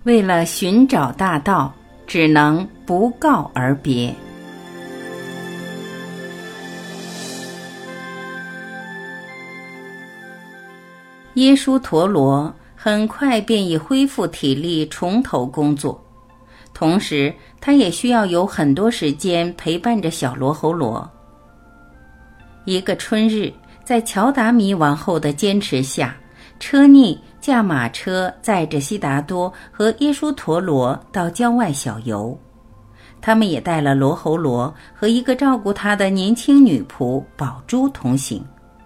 为了寻找大道，只能不告而别。耶输陀罗很快便已恢复体力，重头工作。同时，他也需要有很多时间陪伴着小罗侯罗。一个春日，在乔达米王后的坚持下，车尼驾马车载着悉达多和耶输陀罗到郊外小游。他们也带了罗侯罗和一个照顾他的年轻女仆宝珠同行。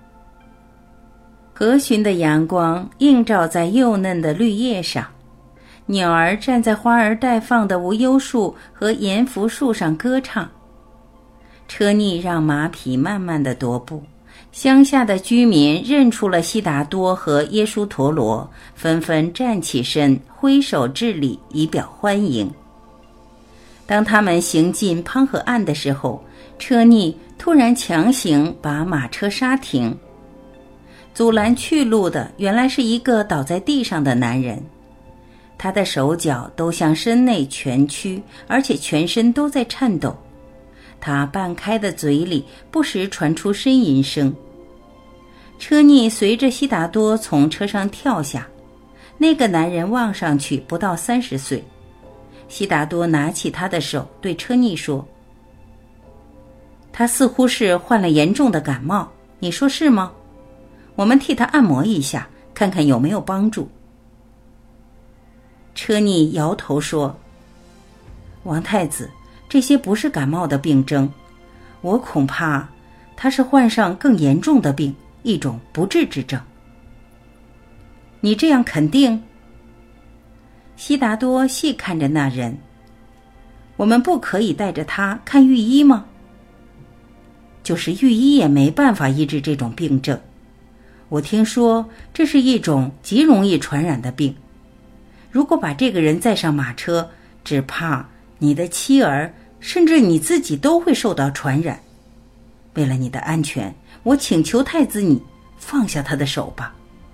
和煦的阳光映照在幼嫩的绿叶上，鸟儿站在花儿待放的无忧树和盐福树上歌唱。车尼让马匹慢慢地踱步，乡下的居民认出了悉达多和耶输陀罗，纷纷站起身，挥手致礼以表欢迎。当他们行进滂河岸的时候，车尼突然强行把马车刹停。阻拦去路的原来是一个倒在地上的男人，他的手脚都向身内蜷曲，而且全身都在颤抖。他半开的嘴里不时传出呻吟声。车尼随着悉达多从车上跳下，那个男人望上去不到30岁。悉达多拿起他的手对车尼说：“他似乎是患了严重的感冒，你说是吗？我们替他按摩一下，看看有没有帮助。”车尼摇头说：“王太子，这些不是感冒的病症，我恐怕他是患上更严重的病，一种不治之症。”“你这样肯定？”悉达多细看着那人：“我们不可以带着他看御医吗？”“就是御医也没办法医治这种病症。我听说这是一种极容易传染的病，如果把这个人载上马车，只怕你的妻儿甚至你自己都会受到传染。为了你的安全，我请求太子你放下他的手吧。”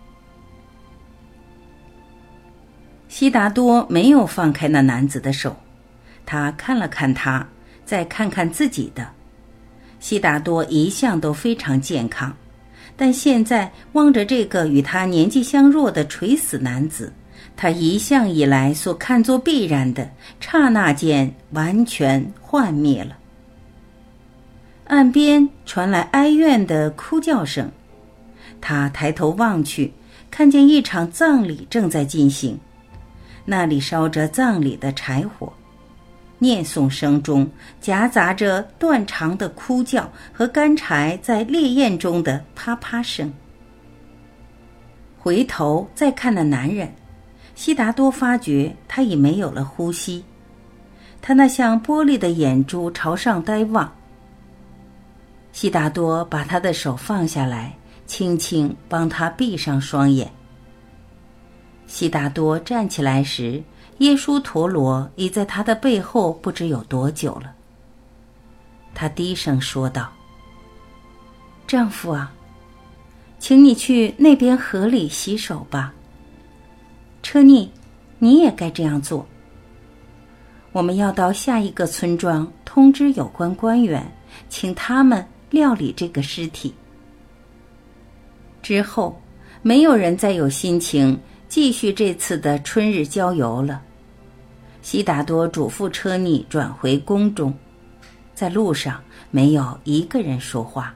悉达多没有放开那男子的手，他看了看他，再看看自己的。悉达多一向都非常健康，但现在望着这个与他年纪相若的垂死男子，他一向以来所看作必然的，刹那间完全幻灭了。岸边传来哀怨的哭叫声，他抬头望去，看见一场葬礼正在进行，那里烧着葬礼的柴火，念诵声中夹杂着断肠的哭叫和干柴在烈焰中的啪啪声。回头再看那男人，悉达多发觉他已没有了呼吸，他那像玻璃的眼珠朝上呆望。悉达多把他的手放下来，轻轻帮他闭上双眼。悉达多站起来时，耶输陀罗已在他的背后不知有多久了。他低声说道：“丈夫啊，请你去那边河里洗手吧。车尼，你也该这样做。我们要到下一个村庄通知有关官员，请他们料理这个尸体。”之后，没有人再有心情继续这次的春日郊游了。悉达多嘱咐车尼转回宫中，在路上没有一个人说话。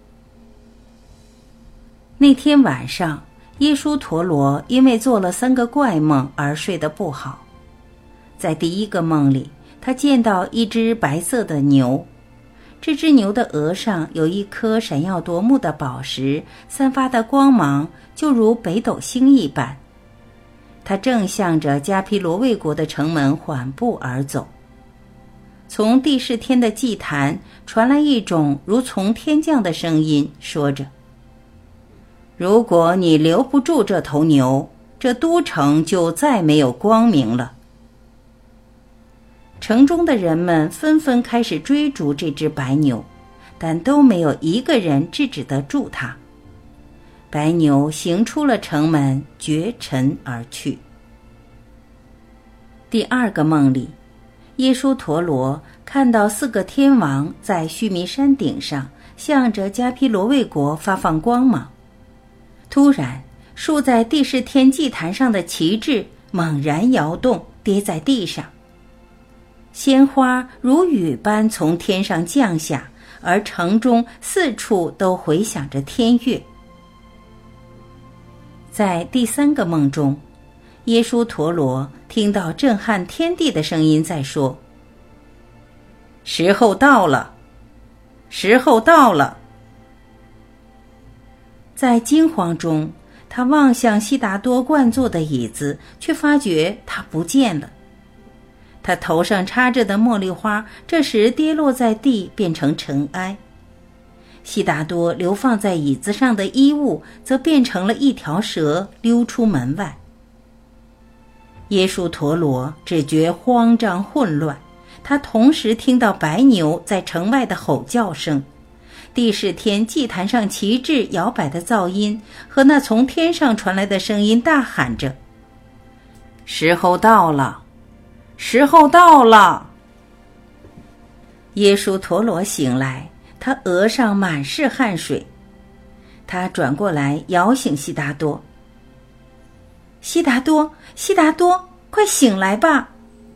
那天晚上，耶输陀罗因为做了3个怪梦而睡得不好。在第一个梦里，他见到一只白色的牛，这只牛的额上有一颗闪耀夺目的宝石，散发的光芒就如北斗星一般。他正向着迦毗罗卫国的城门缓步而走。从第10天的祭坛传来一种如从天降的声音，说着：“如果你留不住这头牛，这都城就再没有光明了。”城中的人们纷纷开始追逐这只白牛，但都没有一个人制止得住它。白牛行出了城门，绝尘而去。 第二个梦里，耶输陀罗看到4个天王在须弥山顶上向着迦毗罗卫国发放光芒。突然，竖在帝释天祭坛上的旗帜猛然摇动，跌在地上。鲜花如雨般从天上降下，而城中四处都回响着天乐。在第3个梦中，耶输陀罗听到震撼天地的声音在说：时候到了，时候到了。在惊慌中，他望向悉达多惯坐的椅子，却发觉它不见了。他头上插着的茉莉花这时跌落在地，变成尘埃。悉达多流放在椅子上的衣物则变成了一条蛇，溜出门外。耶输陀罗只觉慌张混乱，他同时听到白牛在城外的吼叫声，帝释天祭坛上旗帜摇摆的噪音和那从天上传来的声音大喊着：时候到了，时候到了。耶输陀罗醒来，他额上满是汗水。他转过来摇醒悉达多：悉达多，悉达多，快醒来吧。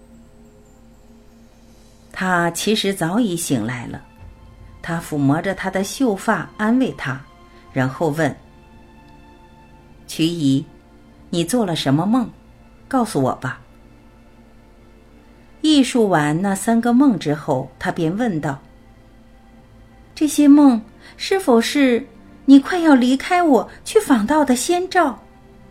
他其实早已醒来了，他抚摸着他的秀发安慰他，然后问：瞿姨，你做了什么梦？告诉我吧。忆述完那3个梦之后，他便问道：这些梦是否是你快要离开我去访道的先兆？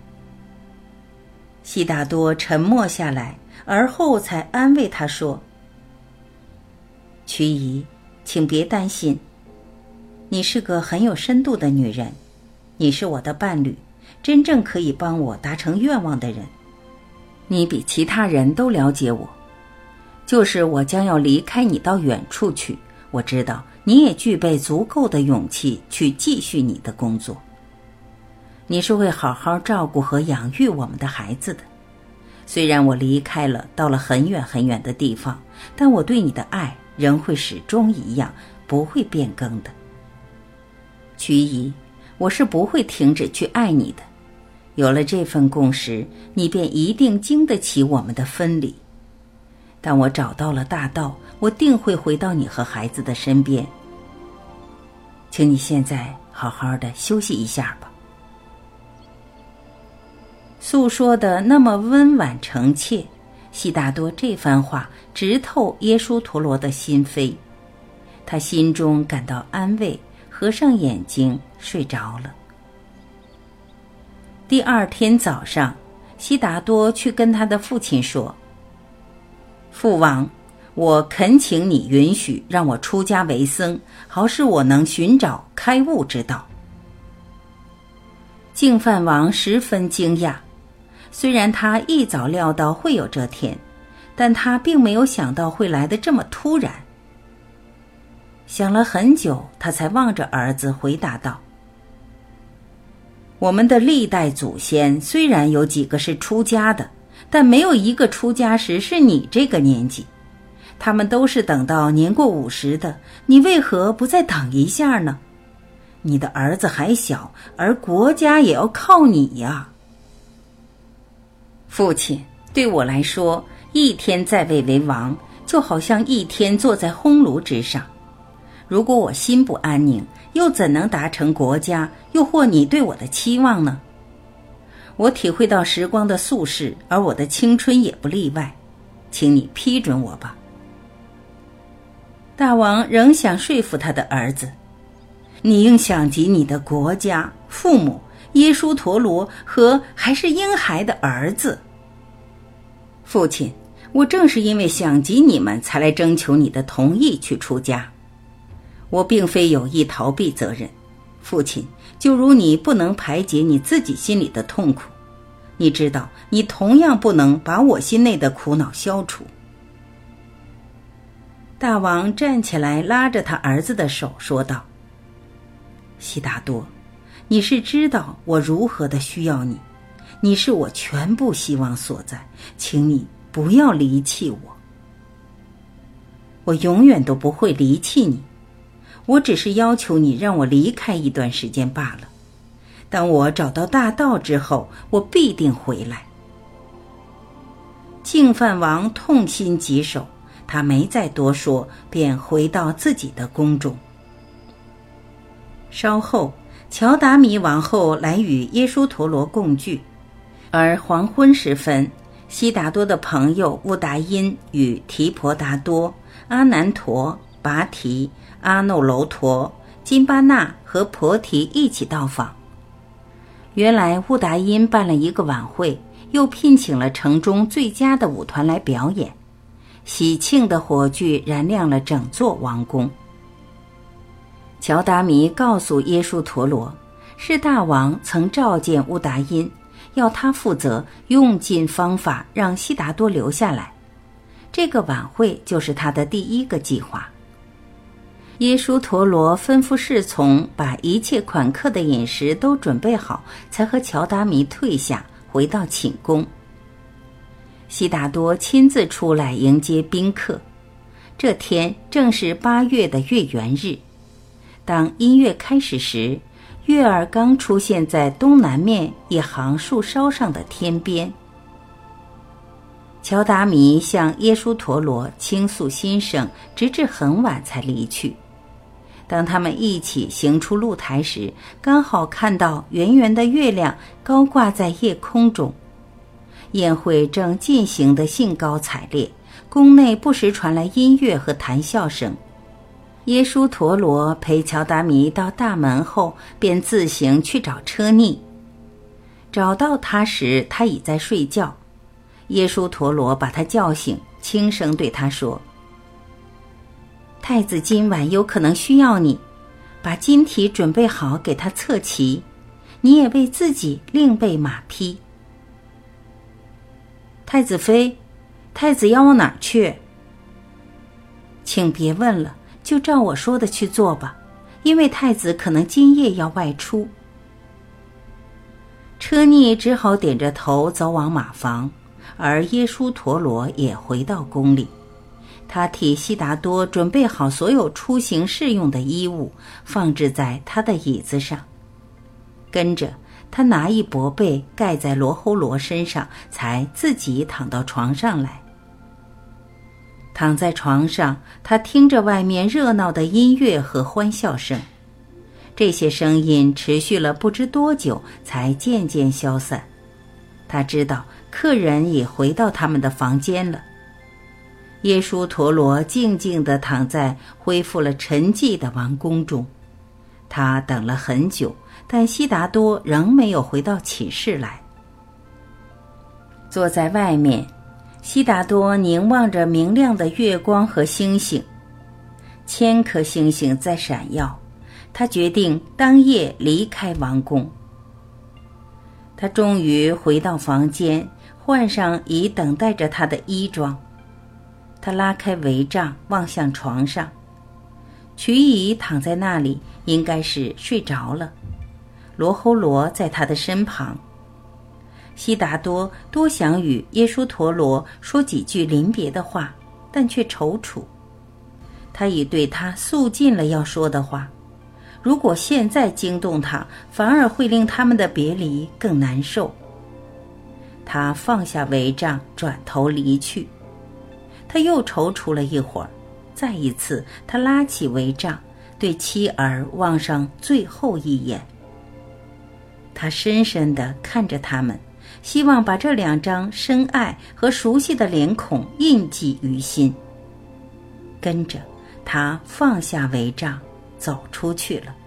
悉达多沉默下来，而后才安慰他说：瞿姨，请别担心，你是个很有深度的女人，你是我的伴侣，真正可以帮我达成愿望的人。你比其他人都了解我，就是我将要离开你到远处去，我知道你也具备足够的勇气去继续你的工作。你是会好好照顾和养育我们的孩子的。虽然我离开了，到了很远很远的地方，但我对你的爱仍会始终一样，不会变更的。瞿姨，我是不会停止去爱你的。有了这份共识，你便一定经得起我们的分离。但我找到了大道，我定会回到你和孩子的身边。请你现在好好的休息一下吧。诉说的那么温婉诚切，悉达多这番话直透耶输陀罗的心扉，他心中感到安慰，合上眼睛睡着了。第2天早上，悉达多去跟他的父亲说：父王，我恳请你允许让我出家为僧，好使我能寻找开悟之道。净饭王十分惊讶，虽然他一早料到会有这天，但他并没有想到会来得这么突然。想了很久，他才望着儿子回答道：我们的历代祖先虽然有几个是出家的，但没有一个出家时是你这个年纪，他们都是等到年过50的，你为何不再等一下呢？你的儿子还小，而国家也要靠你呀。父亲，对我来说，一天在位为王，就好像一天坐在烘炉之上。如果我心不安宁，又怎能达成国家，又或你对我的期望呢？我体会到时光的速逝，而我的青春也不例外，请你批准我吧。大王仍想说服他的儿子：你应想及你的国家、父母、耶输陀罗和还是婴孩的儿子。父亲，我正是因为想及你们，才来征求你的同意去出家。我并非有意逃避责任，父亲，就如你不能排解你自己心里的痛苦，你知道，你同样不能把我心内的苦恼消除。大王站起来，拉着他儿子的手说道：悉达多，你是知道我如何的需要你，你是我全部希望所在，请你不要离弃我。我永远都不会离弃你，我只是要求你让我离开一段时间罢了。当我找到大道之后，我必定回来。净饭王痛心疾首，他没再多说，便回到自己的宫中。稍后，乔达弥王后来与耶输陀罗共聚，而黄昏时分，悉达多的朋友乌达因与提婆达多、阿难陀、拔提、阿耨楼陀、金巴纳和婆提一起到访。原来乌达因办了一个晚会，又聘请了城中最佳的舞团来表演，喜庆的火炬燃亮了整座王宫。乔达弥告诉耶输陀罗，是大王曾召见乌达因，要他负责用尽方法让悉达多留下来。这个晚会就是他的第一个计划。耶输陀罗吩咐侍从把一切款客的饮食都准备好，才和乔达弥退下，回到寝宫。悉达多亲自出来迎接宾客。这天正是8月的月圆日。当音乐开始时，月儿刚出现在东南面一行树梢上的天边。乔达弥向耶输陀罗倾诉心声，直至很晚才离去。当他们一起行出露台时，刚好看到圆圆的月亮高挂在夜空中。宴会正进行得兴高采烈，宫内不时传来音乐和谈笑声。耶输陀罗陪乔达弥到大门后，便自行去找车逆。找到他时，他已在睡觉。耶输陀罗把他叫醒，轻声对他说：太子今晚有可能需要你，把金蹄准备好给他侧骑，你也为自己另备马匹。太子妃，太子要往哪儿去？请别问了，就照我说的去做吧，因为太子可能今夜要外出。车逆只好点着头走往马房，而耶输陀罗也回到宫里。他替悉达多准备好所有出行适用的衣物，放置在他的椅子上。跟着他拿一薄被盖在罗睺罗身上，才自己躺到床上来。躺在床上，他听着外面热闹的音乐和欢笑声。这些声音持续了不知多久，才渐渐消散。他知道客人已回到他们的房间了。耶输陀罗静静地躺在恢复了沉寂的王宫中。他等了很久，但悉达多仍没有回到寝室来。坐在外面，悉达多凝望着明亮的月光和星星，1000颗星星在闪耀。他决定当夜离开王宫。他终于回到房间，换上已等待着他的衣装。他拉开帷帐，望向床上。瞿乙躺在那里，应该是睡着了。罗睺罗在他的身旁。悉达多多想与耶输陀罗说几句临别的话，但却踌躇。他已对他诉尽了要说的话，如果现在惊动他，反而会令他们的别离更难受。他放下帷帐，转头离去。他又踌躇了一会儿，再一次他拉起帷帐，对妻儿望上最后一眼。他深深地看着他们，希望把这2张深爱和熟悉的脸孔印记于心。跟着他放下帷帐，走出去了。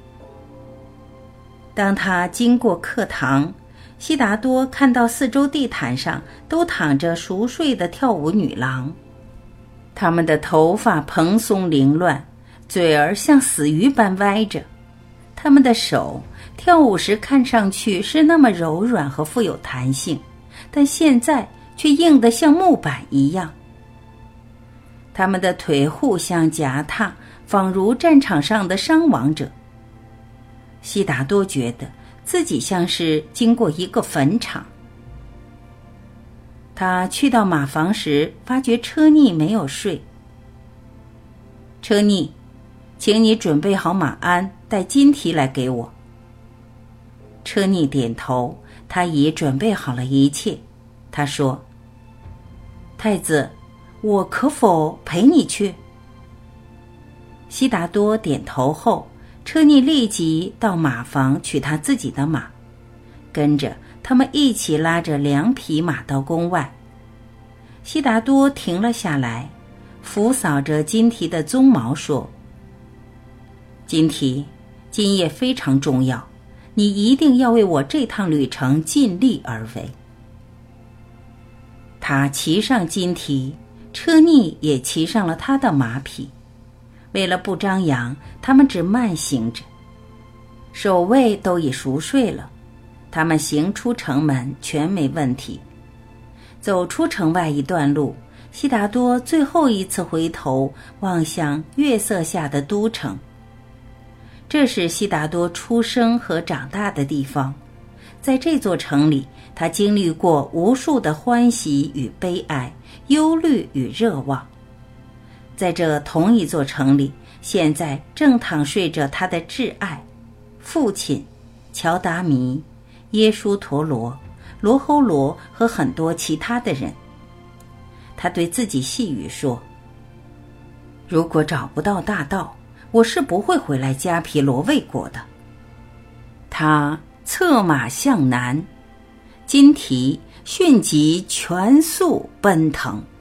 当他经过课堂，悉达多看到四周地毯上都躺着熟睡的跳舞女郎，她们的头发蓬松凌乱，嘴儿像死鱼般歪着，她们的手跳舞时看上去是那么柔软和富有弹性，但现在却硬得像木板一样。她们的腿互相夹踏，仿如战场上的伤亡者。悉达多觉得自己像是经过一个坟场。 他去到马房时，发觉车逆没有睡。车逆，请你准备好马鞍，带金蹄来给我。车逆点头，他已准备好了一切。他说：太子，我可否陪你去？悉达多点头后，车逆立即到马房取他自己的马，跟着他们一起拉着2匹马到宫外。悉达多停了下来，抚扫着金蹄的鬃毛说：金蹄，今夜非常重要，你一定要为我这趟旅程尽力而为。他骑上金蹄，车逆也骑上了他的马匹。为了不张扬，他们只慢行着。守卫都已熟睡了，他们行出城门全没问题。走出城外一段路，悉达多最后一次回头望向月色下的都城。这是悉达多出生和长大的地方，在这座城里，他经历过无数的欢喜与悲哀，忧虑与热望。在这同一座城里，现在正躺睡着他的挚爱父亲乔达弥、耶输陀罗、罗睺罗和很多其他的人。他对自己细语说：如果找不到大道，我是不会回来迦毗罗卫国的。他策马向南，金蹄迅疾全速奔腾。